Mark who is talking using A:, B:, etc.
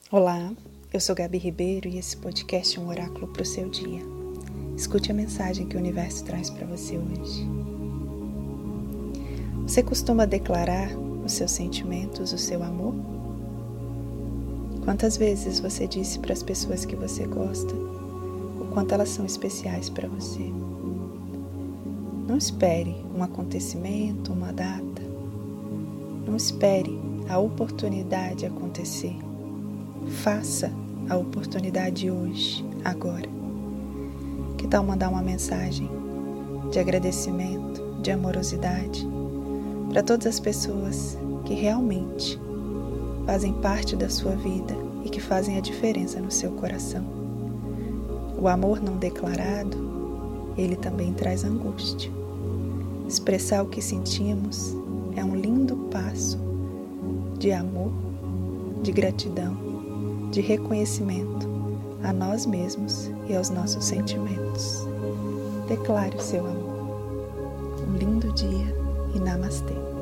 A: Olá, eu sou Gabi Ribeiro e esse podcast é um oráculo para o seu dia. Escute a mensagem que o universo traz para você hoje. Você costuma declarar os seus sentimentos, o seu amor? Quantas vezes você disse para as pessoas que você gosta o quanto elas são especiais para você? Não espere um acontecimento, uma data. Não espere a oportunidade acontecer. Faça a oportunidade hoje, agora. Que tal mandar uma mensagem de agradecimento, de amorosidade para todas as pessoas que realmente fazem parte da sua vida e que fazem a diferença no seu coração? O amor não declarado, ele também traz angústia. Expressar o que sentimos é um lindo passo de amor, de gratidão, de reconhecimento a nós mesmos e aos nossos sentimentos. Declare o seu amor. Um lindo dia e namastê.